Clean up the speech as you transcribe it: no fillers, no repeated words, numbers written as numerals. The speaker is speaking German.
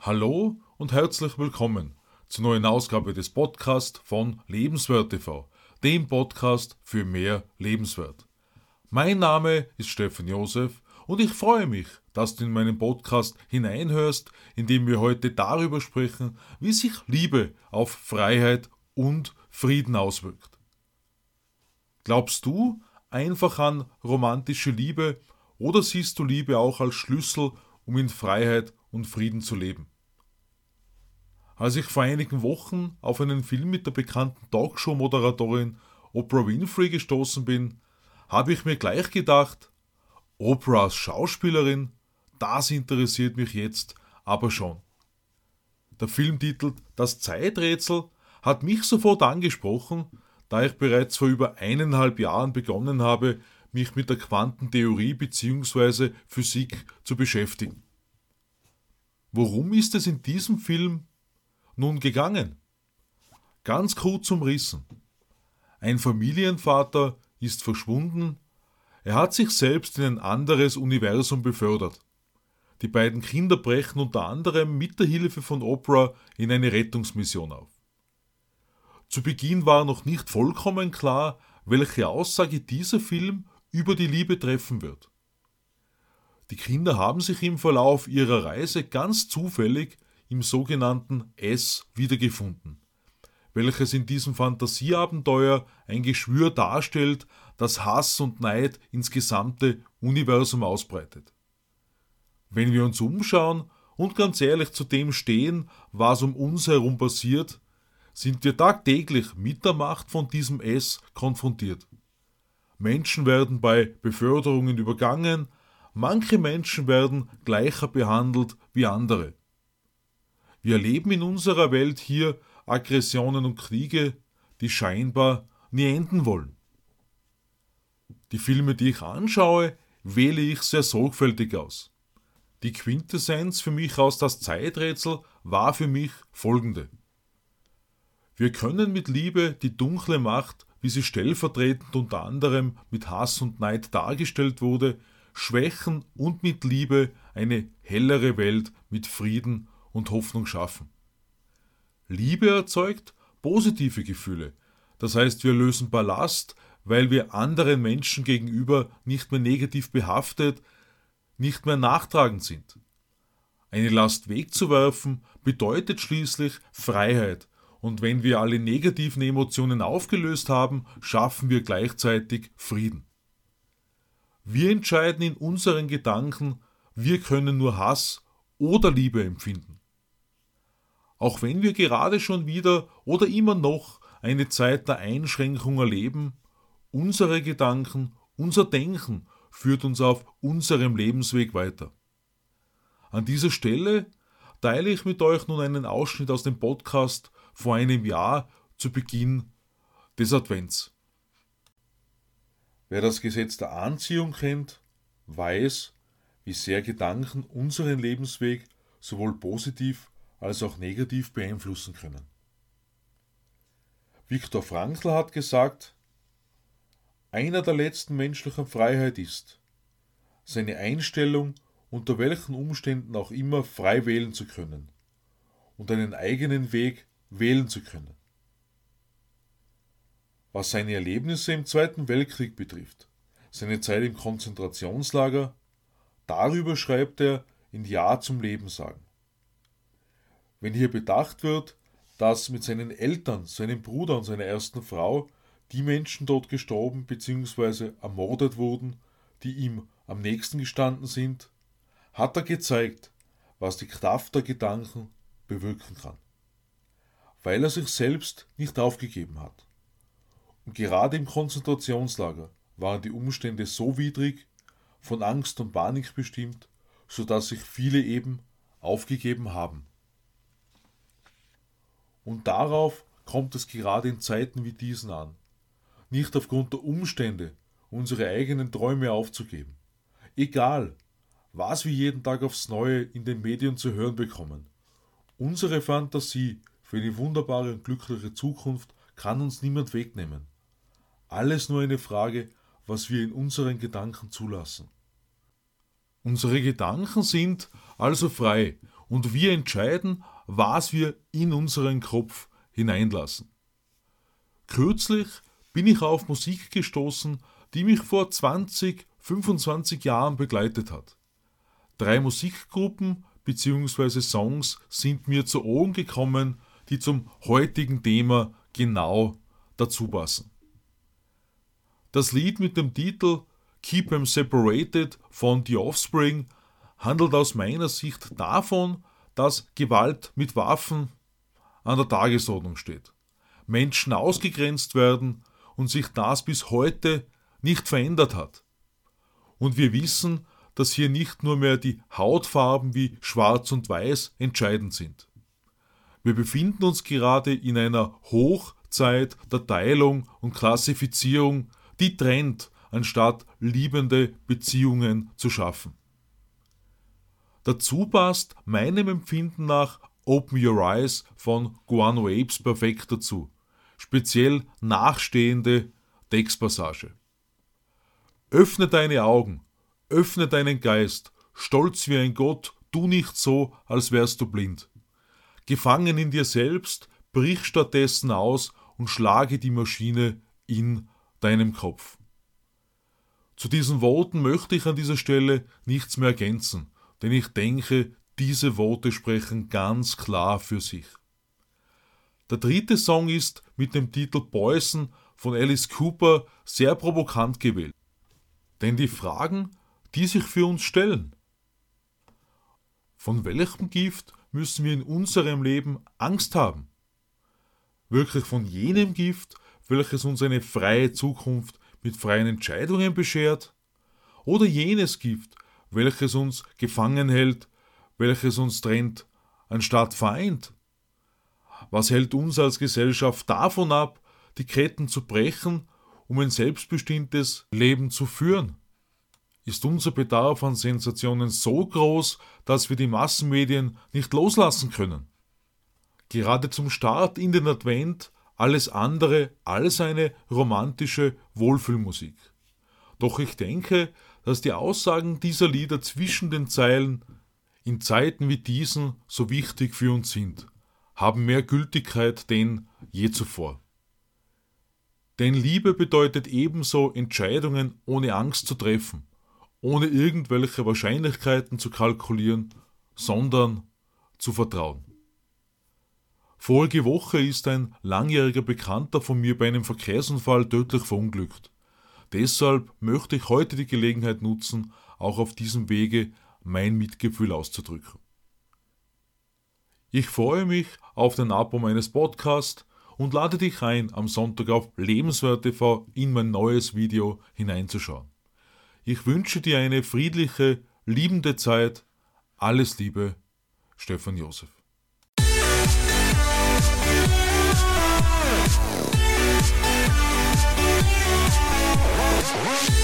Hallo und herzlich willkommen zur neuen Ausgabe des Podcasts von Lebenswert TV, dem Podcast für mehr Lebenswert. Mein Name ist Stefan Josef und ich freue mich, dass du in meinen Podcast hineinhörst, in dem wir heute darüber sprechen, wie sich Liebe auf Freiheit und Frieden auswirkt. Glaubst du einfach an romantische Liebe oder siehst du Liebe auch als Schlüssel, um in Freiheit und Frieden zu leben? Als ich vor einigen Wochen auf einen Film mit der bekannten Talkshow-Moderatorin Oprah Winfrey gestoßen bin, habe ich mir gleich gedacht, Oprah als Schauspielerin, das interessiert mich jetzt aber schon. Der Film titelt Das Zeiträtsel hat mich sofort angesprochen, da ich bereits vor über 1,5 Jahren begonnen habe, mich mit der Quantentheorie bzw. Physik zu beschäftigen. Worum ist es in diesem Film nun gegangen? Ganz kurz umrissen. Ein Familienvater ist verschwunden, er hat sich selbst in ein anderes Universum befördert. Die beiden Kinder brechen unter anderem mit der Hilfe von Oprah in eine Rettungsmission auf. Zu Beginn war noch nicht vollkommen klar, welche Aussage dieser Film über die Liebe treffen wird. Die Kinder haben sich im Verlauf ihrer Reise ganz zufällig im sogenannten S wiedergefunden, welches in diesem Fantasieabenteuer ein Geschwür darstellt, das Hass und Neid ins gesamte Universum ausbreitet. Wenn wir uns umschauen und ganz ehrlich zu dem stehen, was um uns herum passiert, sind wir tagtäglich mit der Macht von diesem S konfrontiert. Menschen werden bei Beförderungen übergangen, manche Menschen werden gleicher behandelt wie andere. Wir erleben in unserer Welt hier Aggressionen und Kriege, die scheinbar nie enden wollen. Die Filme, die ich anschaue, wähle ich sehr sorgfältig aus. Die Quintessenz für mich aus Das Zeiträtsel war für mich folgende. Wir können mit Liebe die dunkle Macht, wie sie stellvertretend unter anderem mit Hass und Neid dargestellt wurde, schwächen und mit Liebe eine hellere Welt mit Frieden und Hoffnung schaffen. Liebe erzeugt positive Gefühle, das heißt, wir lösen Ballast, weil wir anderen Menschen gegenüber nicht mehr negativ behaftet, nicht mehr nachtragend sind. Eine Last wegzuwerfen bedeutet schließlich Freiheit. Und wenn wir alle negativen Emotionen aufgelöst haben, schaffen wir gleichzeitig Frieden. Wir entscheiden in unseren Gedanken, wir können nur Hass oder Liebe empfinden. Auch wenn wir gerade schon wieder oder immer noch eine Zeit der Einschränkung erleben, unsere Gedanken, unser Denken führt uns auf unserem Lebensweg weiter. An dieser Stelle teile ich mit euch nun einen Ausschnitt aus dem Podcast vor einem Jahr zu Beginn des Advents. Wer das Gesetz der Anziehung kennt, weiß, wie sehr Gedanken unseren Lebensweg sowohl positiv als auch negativ beeinflussen können. Viktor Frankl hat gesagt, einer der letzten menschlichen Freiheit ist, seine Einstellung unter welchen Umständen auch immer frei wählen zu können und einen eigenen Weg wählen zu können. Was seine Erlebnisse im Zweiten Weltkrieg betrifft, seine Zeit im Konzentrationslager, darüber schreibt er in Ja zum Leben sagen. Wenn hier bedacht wird, dass mit seinen Eltern, seinem Bruder und seiner ersten Frau die Menschen dort gestorben bzw. ermordet wurden, die ihm am nächsten gestanden sind, hat er gezeigt, was die Kraft der Gedanken bewirken kann. Weil er sich selbst nicht aufgegeben hat. Und gerade im Konzentrationslager waren die Umstände so widrig, von Angst und Panik bestimmt, sodass sich viele eben aufgegeben haben. Und darauf kommt es gerade in Zeiten wie diesen an, nicht aufgrund der Umstände unsere eigenen Träume aufzugeben. Egal, was wir jeden Tag aufs Neue in den Medien zu hören bekommen. Unsere Fantasie für eine wunderbare und glückliche Zukunft kann uns niemand wegnehmen. Alles nur eine Frage, was wir in unseren Gedanken zulassen. Unsere Gedanken sind also frei und wir entscheiden, was wir in unseren Kopf hineinlassen. Kürzlich bin ich auf Musik gestoßen, die mich vor 20, 25 Jahren begleitet hat. 3 Musikgruppen bzw. Songs sind mir zu Ohren gekommen, die zum heutigen Thema genau dazu passen. Das Lied mit dem Titel Keep 'em Separated von The Offspring handelt aus meiner Sicht davon, dass Gewalt mit Waffen an der Tagesordnung steht. Menschen ausgegrenzt werden und sich das bis heute nicht verändert hat. Und wir wissen, dass hier nicht nur mehr die Hautfarben wie Schwarz und Weiß entscheidend sind. Wir befinden uns gerade in einer Hochzeit der Teilung und Klassifizierung, die trennt, anstatt liebende Beziehungen zu schaffen. Dazu passt meinem Empfinden nach Open Your Eyes von Guano Apes perfekt dazu, speziell nachstehende Textpassage. Öffne deine Augen, öffne deinen Geist, stolz wie ein Gott, tu nicht so, als wärst du blind. Gefangen in dir selbst, brich stattdessen aus und schlage die Maschine in deinem Kopf. Zu diesen Worten möchte ich an dieser Stelle nichts mehr ergänzen, denn ich denke, diese Worte sprechen ganz klar für sich. Der 3. Song ist mit dem Titel Poison von Alice Cooper sehr provokant gewählt. Denn die Fragen, die sich für uns stellen: Von welchem Gift müssen wir in unserem Leben Angst haben? Wirklich von jenem Gift, welches uns eine freie Zukunft mit freien Entscheidungen beschert? Oder jenes Gift, welches uns gefangen hält, welches uns trennt, anstatt vereint? Was hält uns als Gesellschaft davon ab, die Ketten zu brechen, um ein selbstbestimmtes Leben zu führen? Ist unser Bedarf an Sensationen so groß, dass wir die Massenmedien nicht loslassen können? Gerade zum Start in den Advent alles andere als eine romantische Wohlfühlmusik. Doch ich denke, dass die Aussagen dieser Lieder zwischen den Zeilen in Zeiten wie diesen so wichtig für uns sind, haben mehr Gültigkeit denn je zuvor. Denn Liebe bedeutet ebenso, Entscheidungen ohne Angst zu treffen, ohne irgendwelche Wahrscheinlichkeiten zu kalkulieren, sondern zu vertrauen. Vorige Woche ist ein langjähriger Bekannter von mir bei einem Verkehrsunfall tödlich verunglückt. Deshalb möchte ich heute die Gelegenheit nutzen, auch auf diesem Wege mein Mitgefühl auszudrücken. Ich freue mich auf den Abo meines Podcasts und lade dich ein, am Sonntag auf Lebenswert TV in mein neues Video hineinzuschauen. Ich wünsche dir eine friedliche, liebende Zeit. Alles Liebe, Stefan Josef. What?